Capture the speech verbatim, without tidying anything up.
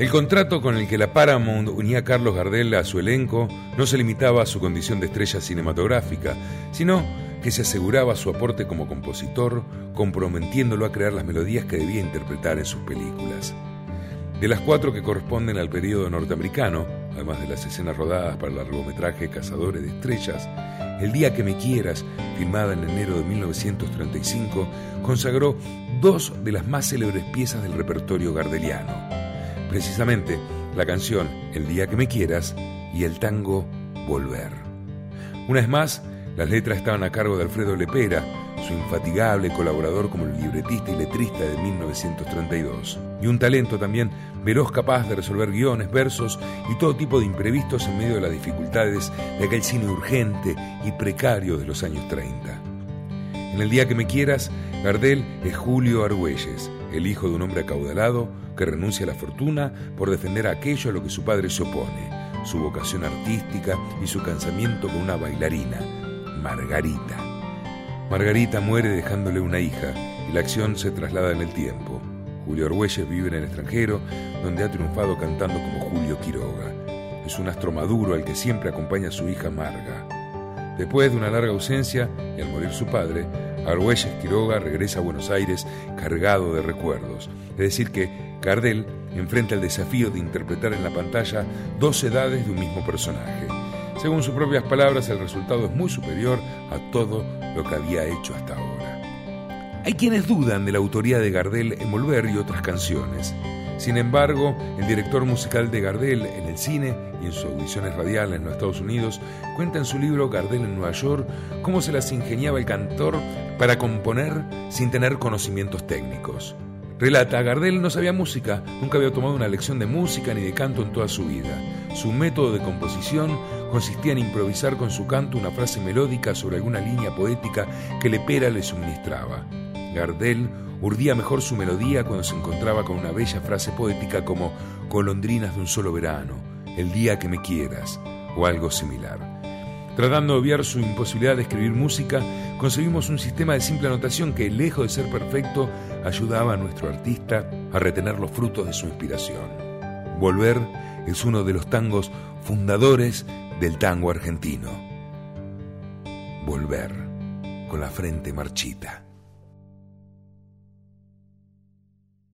El contrato con el que la Paramount unía a Carlos Gardel a su elenco no se limitaba a su condición de estrella cinematográfica, sino que se aseguraba su aporte como compositor, comprometiéndolo a crear las melodías que debía interpretar en sus películas. De las cuatro que corresponden al periodo norteamericano, además de las escenas rodadas para el largometraje Cazadores de Estrellas, El día que me quieras, filmada en enero de mil novecientos treinta y cinco, consagró dos de las más célebres piezas del repertorio gardeliano. Precisamente, la canción El día que me quieras y el tango Volver. Una vez más, las letras estaban a cargo de Alfredo Lepera, su infatigable colaborador como libretista y letrista de mil novecientos treinta y dos, y un talento también veloz, capaz de resolver guiones, versos y todo tipo de imprevistos en medio de las dificultades de aquel cine urgente y precario de los años treinta. En El día que me quieras, Gardel es Julio Argüelles, el hijo de un hombre acaudalado que renuncia a la fortuna por defender aquello a lo que su padre se opone, su vocación artística y su casamiento con una bailarina, Margarita. Margarita muere dejándole una hija y la acción se traslada en el tiempo. Julio Argüelles vive en el extranjero, donde ha triunfado cantando como Julio Quiroga. Es un astro maduro al que siempre acompaña a su hija Marga. Después de una larga ausencia y al morir su padre, Argüelles Quiroga regresa a Buenos Aires cargado de recuerdos. Es decir que Gardel enfrenta el desafío de interpretar en la pantalla dos edades de un mismo personaje. Según sus propias palabras, el resultado es muy superior a todo lo que había hecho hasta ahora. Hay quienes dudan de la autoría de Gardel en Volver y otras canciones. Sin embargo, el director musical de Gardel en el cine y en sus audiciones radiales en los Estados Unidos cuenta en su libro Gardel en Nueva York cómo se las ingeniaba el cantor para componer sin tener conocimientos técnicos. Relata, Gardel no sabía música, nunca había tomado una lección de música ni de canto en toda su vida. Su método de composición consistía en improvisar con su canto una frase melódica sobre alguna línea poética que Lepera le suministraba. Gardel urdía mejor su melodía cuando se encontraba con una bella frase poética como golondrinas de un solo verano, el día que me quieras, o algo similar. Tratando de obviar su imposibilidad de escribir música, conseguimos un sistema de simple anotación que, lejos de ser perfecto, ayudaba a nuestro artista a retener los frutos de su inspiración. Volver es uno de los tangos fundadores del tango argentino. Volver, con la frente marchita.